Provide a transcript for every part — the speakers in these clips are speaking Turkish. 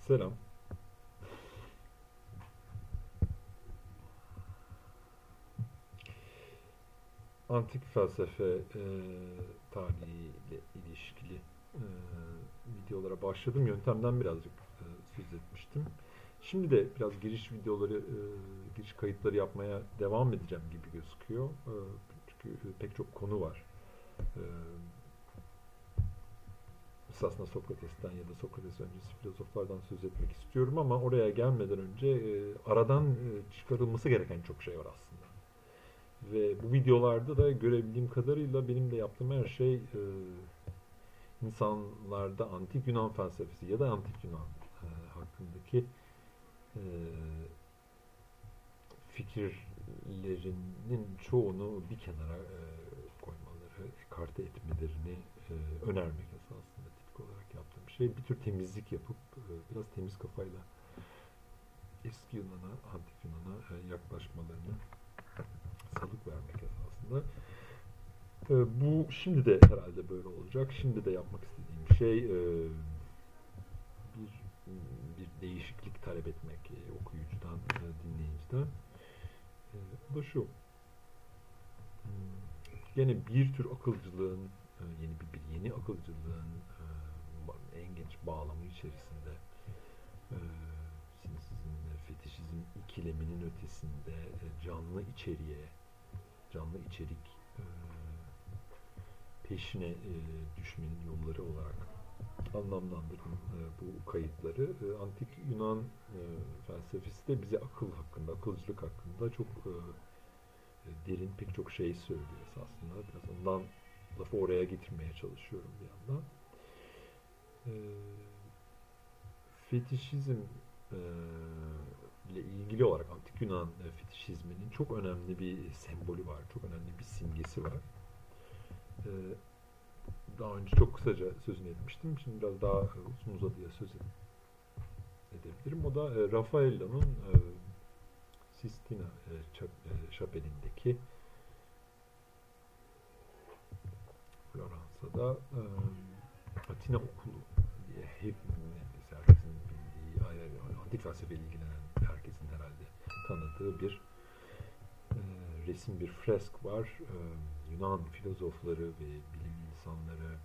Selam. Antik felsefe tarihiyle ilişkili e, videolara başladım. Yöntemden birazcık söz etmiştim. Şimdi de biraz giriş videoları, giriş kayıtları yapmaya devam edeceğim gibi gözüküyor. Çünkü pek çok konu var. E, Esasında Sokrates'ten ya da Sokrates öncesi filozoflardan söz etmek istiyorum ama oraya gelmeden önce aradan çıkarılması gereken çok şey var aslında. Ve bu videolarda da görebildiğim kadarıyla benim de yaptığım her şey insanlarda antik Yunan felsefesi ya da antik Yunan hakkındaki e, fikirlerinin çoğunu bir kenara koymaları, ekarte etmelerini önermek esasında tipik olarak yaptığım şey. Bir tür temizlik yapıp biraz temiz kafayla eski Yunan'a, antik Yunan'a yaklaşmalarını salık vermek esasında. Bu şimdi de herhalde böyle olacak. Şimdi de yapmak istediğim şey bir bir değişiklik talep etmek okuyucudan, dinleyiciden. O da şu. Gene bir tür akılcılığın, yeni akılcılığın en geniş bağlamı içerisinde sinsizm ve fetişizm ikileminin ötesinde canlı içeriğe, canlı içerik peşine düşmenin yolları olarak anlamlandırdım bu kayıtları. Antik Yunan felsefesi de bize akıl hakkında, akılcılık hakkında çok derin pek çok şey söylüyor aslında. Biraz ondan lafı oraya getirmeye çalışıyorum bir yandan. E, Fetişizm e, ile ilgili olarak Antik Yunan fetişizminin çok önemli bir sembolü var, çok önemli bir simgesi var. E, Daha önce çok kısaca sözünü etmiştim. Şimdi biraz daha uzun uzadıya söz edebilirim. O da Raffaello'nun Sistina şapelindeki Floransa'da Atina Okulu diye herkesin bildiği, antik felsefeyle ilgilenen herkesin herhalde tanıdığı bir resim, bir fresk var. Yunan filozofları ve bilim insanları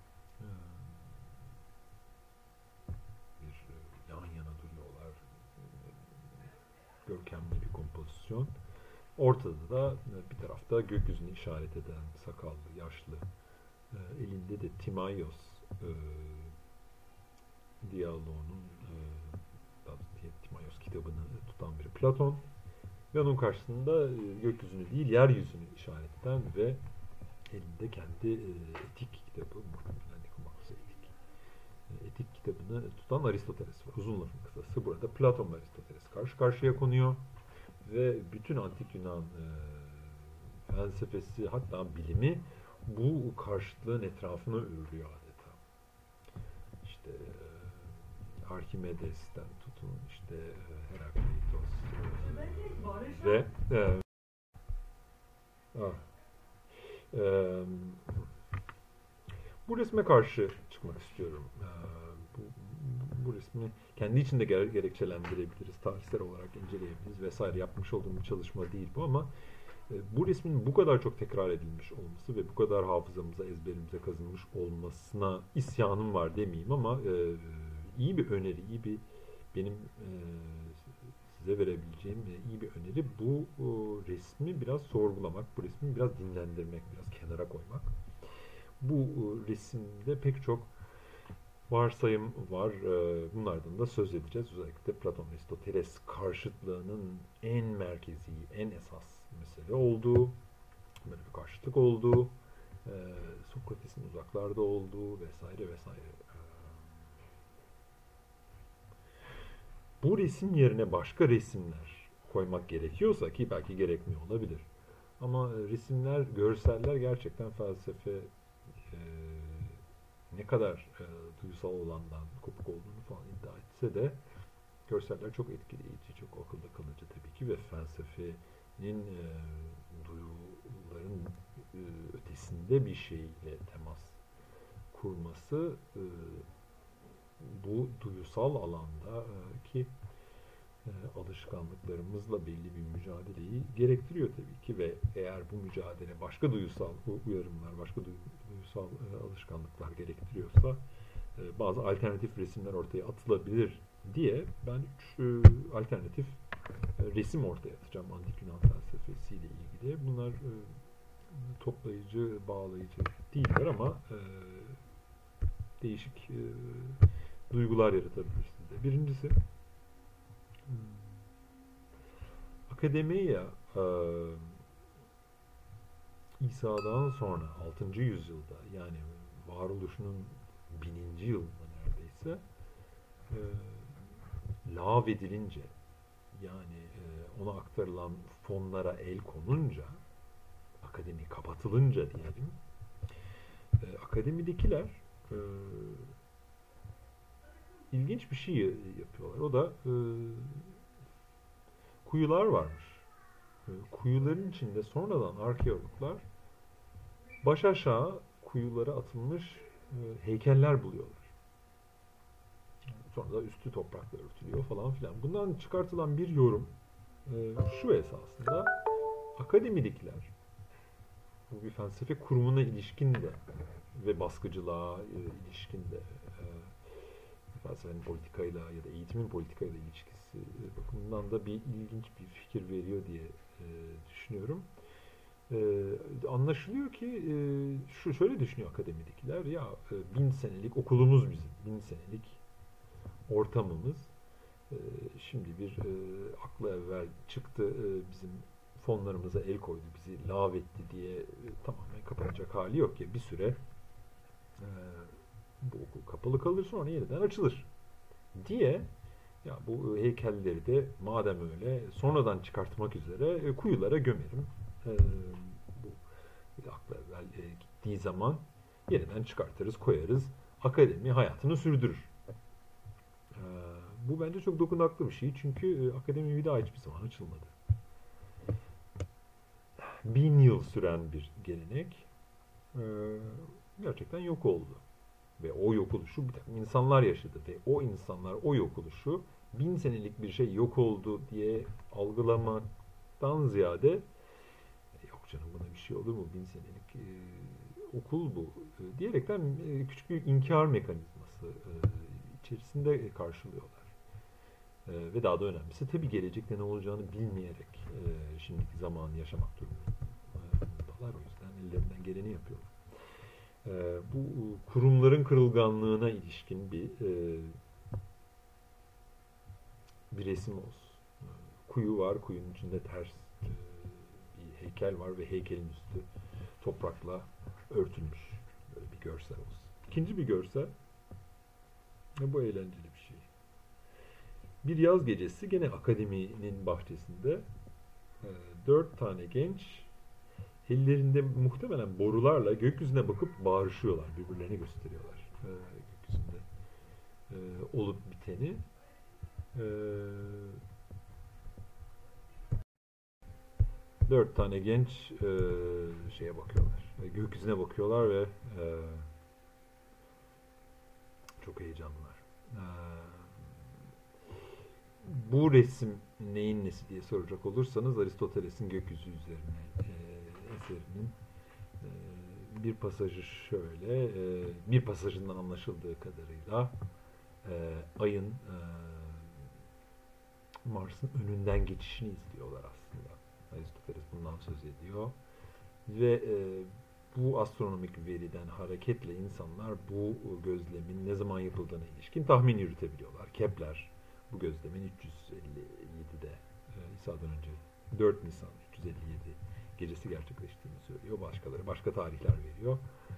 bir yan yana duruyorlar. Görkemli bir kompozisyon. Ortada da bir tarafta gökyüzünü işaret eden sakallı, yaşlı, elinde de Timaios diyaloğunun Timaios kitabını tutan bir Platon ve onun karşısında gökyüzünü değil yeryüzünü işaret eden ve elinde kendi etik kitabı, muhtemelen Nikomakos'a etik kitabını tutan Aristoteles var. Uzun lafın kısası burada Platon ve Aristoteles karşı karşıya konuyor ve bütün antik Yunan felsefesi hatta bilimi bu karşıtlığın etrafına örülüyor adeta. İşte Arkimedes'ten tutun işte Herakleitos ve ah, e, bu resme karşı çıkmak istiyorum. Bu, bu resmi kendi içinde gerekçelendirebiliriz, tarihsel olarak inceleyebiliriz vesaire. Yapmış olduğum bir çalışma değil bu ama bu resmin bu kadar çok tekrar edilmiş olması ve bu kadar hafızamıza, ezberimize kazınmış olmasına isyanım var demeyeyim ama iyi bir öneri, iyi bir benim size verebileceğim iyi bir öneri bu resmi biraz sorgulamak, bu resmi biraz dinlendirmek, biraz kenara koymak. Bu resimde pek çok varsayım var. Bunlardan da söz edeceğiz. Özellikle Platon Aristoteles karşıtlığının en merkezi, en esas mesele olduğu, böyle bir karşıtlık olduğu, Sokrates'in uzaklarda olduğu vesaire vesaire. Bu resim yerine başka resimler koymak gerekiyorsa ki belki gerekmiyor olabilir. Ama resimler, görseller gerçekten felsefe ne kadar duygusal olandan kopuk olduğunu falan iddia etse de görseller çok etkileyici, çok akılda kalıcı tabii ki ve felsefenin duyuların ötesinde bir şeyle temas kurması bu duyusal alanda ki alışkanlıklarımızla belli bir mücadeleyi gerektiriyor tabii ki ve eğer bu mücadele başka duyusal uyarımlar, başka duyusal alışkanlıklar gerektiriyorsa bazı alternatif resimler ortaya atılabilir diye ben üç alternatif resim ortaya atacağım antik Yunan felsefesiyle ilgili. Bunlar toplayıcı, bağlayıcı değiller ama değişik duygular yaratabilir sizde. Birincisi akademiya İsa'dan sonra 6. yüzyılda yani varoluşunun 1000. yılında neredeyse lağvedilince yani ona aktarılan fonlara el konunca akademi kapatılınca diyelim akademidekiler ilginç bir şey yapıyorlar. O da kuyular varmış. Kuyuların içinde sonradan arkeologlar baş aşağı kuyulara atılmış heykeller buluyorlar. Sonra da üstü toprakla örtülüyor falan filan. Bundan çıkartılan bir yorum şu esasında akademidekiler bu bir felsefe kurumuna ilişkin de ve baskıcılığa ilişkin de felsefenin politikayla ya da eğitimin politikayla ilişkisi bakımından da bir ilginç bir fikir veriyor diye düşünüyorum. Anlaşılıyor ki şöyle düşünüyor akademidekiler ya 1000 senelik okulumuz bizim 1000 senelik ortamımız şimdi bir akla evvel çıktı bizim fonlarımıza el koydu bizi lağvetti diye tamamen kapanacak hali yok ya bir süre bu okul kapalı kalır sonra yeniden açılır diye ya bu heykelleri de madem öyle sonradan çıkartmak üzere kuyulara gömerim. Bu akla evvel gittiği zaman yeniden çıkartırız, koyarız. Akademi hayatını sürdürür. Bu bence çok dokunaklı bir şey. Çünkü akademi bir daha hiçbir zaman açılmadı. 1000 yıl süren bir gelenek gerçekten yok oldu. Ve o yok oluşu bir takım insanlar yaşadı ve o insanlar o yok oluşu 1000 senelik bir şey yok oldu diye algılamaktan ziyade yok canım buna bir şey olur mu 1000 senelik okul bu diyerekten küçük bir inkar mekanizması içerisinde karşılıyorlar. Ve daha da önemlisi tabii gelecekte ne olacağını bilmeyerek şimdiki zamanı yaşamak durumundalar. O yüzden ellerinden geleni yapıyorlar. Bu kurumların kırılganlığına ilişkin bir resim olsun. Kuyu var, kuyunun içinde ters bir heykel var ve heykelin üstü toprakla örtülmüş. Böyle bir görsel olsun. İkinci bir görsel, bu eğlenceli bir şey. Bir yaz gecesi gene akademinin bahçesinde 4 tane genç ellerinde muhtemelen borularla gökyüzüne bakıp bağırışıyorlar, birbirlerine gösteriyorlar gökyüzünde olup biteni. 4 tane genç şeye bakıyorlar, gökyüzüne bakıyorlar ve çok heyecanlılar. Bu resim neyin nesi diye soracak olursanız Aristoteles'in Gökyüzü Üzerine eserinin bir pasajı şöyle, bir pasajından anlaşıldığı kadarıyla Ay'ın Mars'ın önünden geçişini izliyorlar aslında. Aristoteles bundan söz ediyor. Ve bu astronomik veriden hareketle insanlar bu gözlemin ne zaman yapıldığına ilişkin tahmin yürütebiliyorlar. Kepler bu gözlemin 357'de İsa'dan önce 4 Nisan 357 gecesi gerçekleştiğini söylüyor. Başkaları başka tarihler veriyor.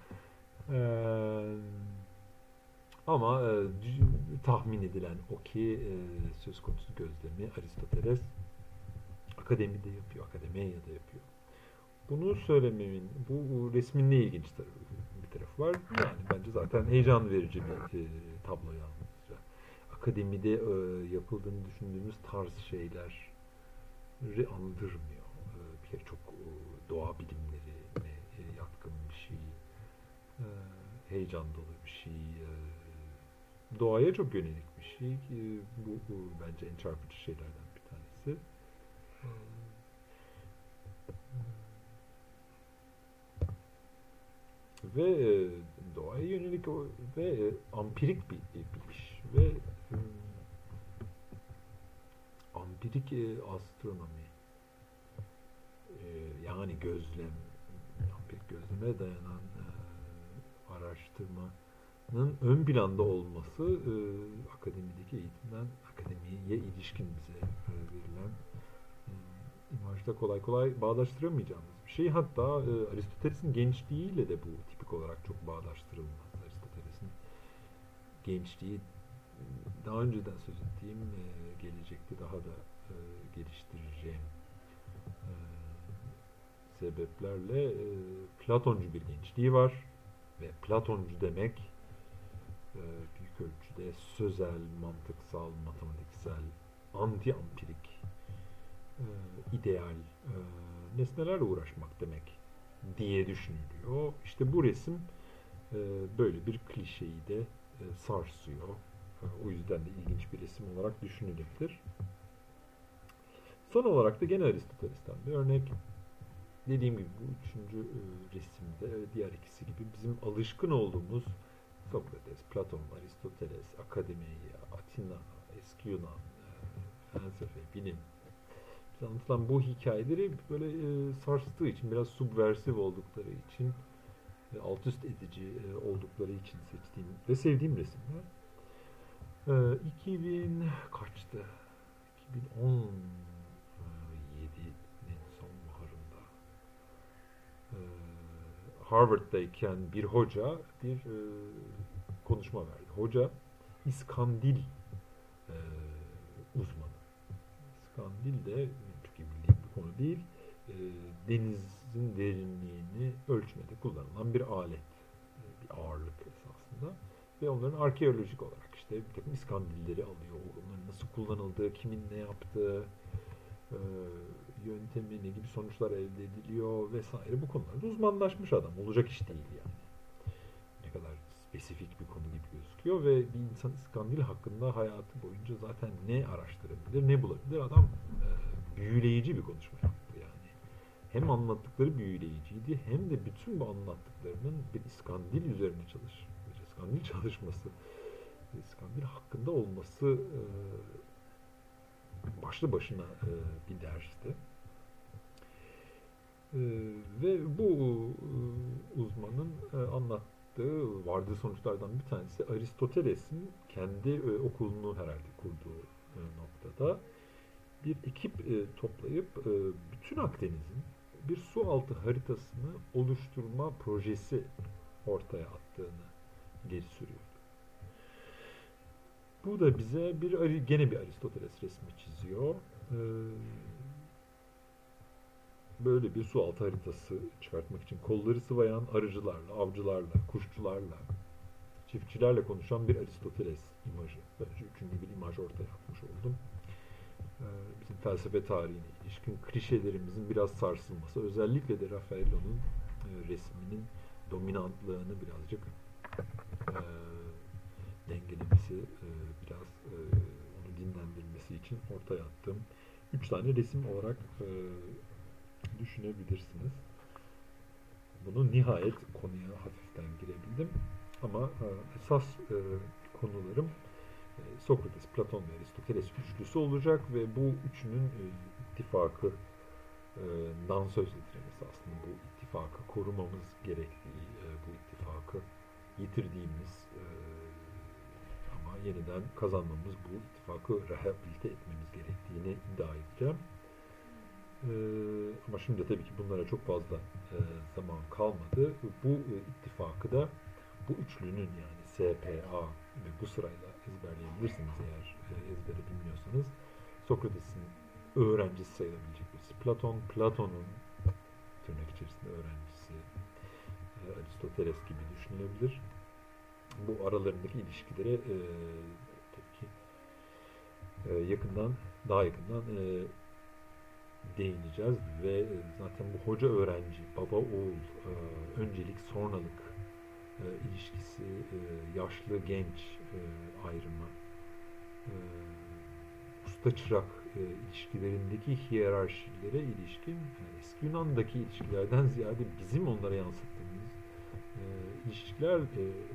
Ama tahmin edilen o ki söz konusu gözlemi Aristoteles akademide yapıyor, akademiyada yapıyor. Bunu söylememin, bu resmin ne ilginç bir tarafı var. Yani bence zaten heyecan verici bir tablo yalnızca. Akademide yapıldığını düşündüğümüz tarz şeyleri andırmıyor. Bir kere çok doğa bilimlerine yatkın bir şey, heyecan dolu bir şey, doğaya çok yönelik bir şey. Bu bence en çarpıcı şeylerden bir tanesi. E, ve doğaya yönelik ve ampirik bir iş ve ampirik astronomi, yani ampirik gözleme dayanan araştırmanın ön planda olması akademideki eğitimden akademiye ilişkin bize verilen imajda kolay kolay bağdaştıramayacağımız bir şey. Hatta Aristoteles'in gençliğiyle de bu tipik olarak çok bağdaştırılmaz. Aristoteles'in gençliği daha önceden söz ettiğim gelecekte daha da geliştireceğim sebeplerle Platoncu bir gençliği var ve Platoncu demek büyük ölçüde sözel, mantıksal, matematiksel, anti-ampirik, ideal nesnelerle uğraşmak demek diye düşünülüyor. İşte bu resim böyle bir klişeyi de sarsıyor. O yüzden de ilginç bir resim olarak düşünülebilir. Son olarak da gene Aristoteles'ten bir örnek. Dediğim gibi bu üçüncü resimde diğer ikisi gibi bizim alışkın olduğumuz Sokrates, Platon, Aristoteles, Akademiya, Atina, eski Yunan, felsefe, bilim. Bize anlatılan bu hikayeleri böyle sarstığı için, biraz subversif oldukları için, alt üst edici oldukları için seçtiğim ve sevdiğim resimler. 2000 kaçtı? 2017'nin sonbaharında Harvard'dayken bir hoca bir konuşma verdi. Hoca İskandil uzmanı. İskandil de çok iyi bildiğim bir konu değil. Denizin derinliğini ölçmede kullanılan bir alet. Bir ağırlık esasında. Ve onların arkeolojik olarak işte bir takım iskandilleri alıyor. Onların nasıl kullanıldığı, kimin ne yaptığı, yöntemi, ne gibi sonuçlar elde ediliyor vesaire, bu konularda uzmanlaşmış adam. Olacak iş değil yani. Ne kadar spesifik bir konu gibi gözüküyor ve bir insan iskandil hakkında hayatı boyunca zaten ne araştırabilir, ne bulabilir? Adam büyüleyici bir konuşma yaptı yani. Hem anlattıkları büyüleyiciydi hem de bütün bu anlattıklarının bir iskandil üzerine bir iskandil çalışması, iskandil hakkında olması başlı başına bir dersti. Ve bu uzmanın anlattığı, vardığı sonuçlardan bir tanesi Aristoteles'in kendi okulunu herhalde kurduğu noktada bir ekip toplayıp bütün Akdeniz'in bir su altı haritasını oluşturma projesi ortaya attığını ileri sürüyor. Bu da bize gene bir Aristoteles resmi çiziyor. Böyle bir su altı haritası çıkartmak için kolları sıvayan arıcılarla, avcılarla, kuşçularla, çiftçilerle konuşan bir Aristoteles imajı. Bence üçüncü bir imaj ortaya atmış oldum. Bizim felsefe tarihine ilişkin klişelerimizin biraz sarsılması, özellikle de Raffaello'nun resminin dominantlığını birazcık dengelemesi, biraz onu dinlendirmesi için ortaya attığım 3 tane resim olarak düşünebilirsiniz. Bunu nihayet konuya hafiften girebildim. Ama esas konularım Sokrates, Platon ve Aristoteles üçlüsü olacak ve bu üçünün ittifakından söz ettirmesi, aslında bu ittifakı korumamız gerektiği, bu ittifakı yitirdiğimiz ama yeniden kazanmamız, bu ittifakı rehabilite etmemiz gerektiğini iddia edeceğim. Ama şimdi tabii ki bunlara çok fazla zaman kalmadı. Bu ittifakı da bu üçlünün, yani SPA ve bu sırayla ezberleyebilirsiniz eğer ezbere bilmiyorsanız. Sokrates'in öğrencisi sayılabilecek birisi Platon, Platon'un tırnak içerisinde öğrencisi Aristoteles gibi düşünülebilir. Bu aralarındaki ilişkilere tabii ki daha yakından değineceğiz ve zaten bu hoca öğrenci, baba oğul, öncelik sonralık ilişkisi, yaşlı genç ayrımı, e, usta çırak ilişkilerindeki hiyerarşilere ilişkin, yani eski Yunan'daki ilişkilerden ziyade bizim onlara yansıttığımız ilişkiler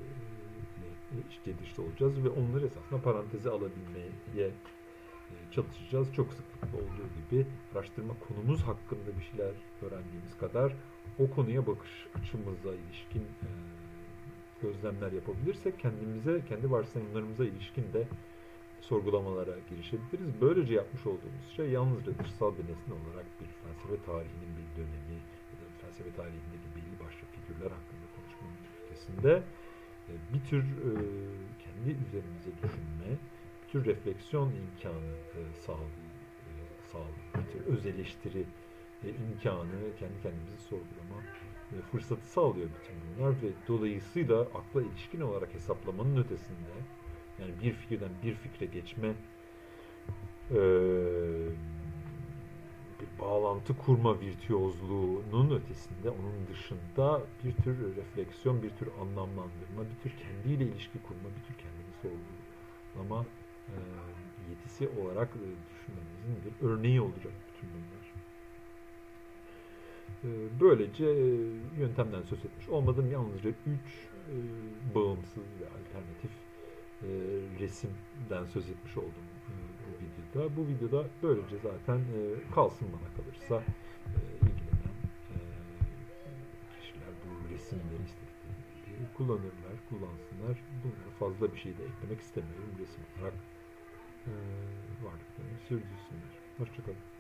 içli dışta olacağız ve onları esasında paranteze alabilmeye çalışacağız. Çok sıklıkla olduğu gibi araştırma konumuz hakkında bir şeyler öğrendiğimiz kadar o konuya bakış açımıza ilişkin gözlemler yapabilirsek kendimize, kendi varsayımlarımıza ilişkin de sorgulamalara girişebiliriz. Böylece yapmış olduğumuz şey yalnızca dışsal bir nesne olarak bir felsefe tarihinin bir dönemi ya da felsefe tarihindeki belli başlı figürler hakkında konuşmanın ötesinde bir tür kendi üzerimize düşünme, bir tür refleksiyon imkanı sağlıyor. Bir tür öz eleştiri imkanı, kendi kendimizi sorgulama fırsatı sağlıyor bütün bunlar ve dolayısıyla akla ilişkin olarak hesaplamanın ötesinde, yani bir fikirden bir fikre geçme, bir bağlantı kurma virtüozluğunun ötesinde, onun dışında bir tür refleksiyon, bir tür anlamlandırma, bir tür kendiyle ilişki kurma, bir tür kendini sorgulama yetisi olarak düşünmemizin bir örneği olacak bütün bunlar. Böylece yöntemden söz etmiş olmadım. Yalnızca 3 bağımsız ve alternatif resimden söz etmiş oldum bu videoda. Bu videoda böylece zaten kalsın bana kalırsa ilgilenen kişiler bu resimleri istedikleri kullanırlar, kullansınlar. Bunlara fazla bir şey de eklemek istemiyorum. Resim olarak varlıklarını sürdürsünler. Hoşçakalın.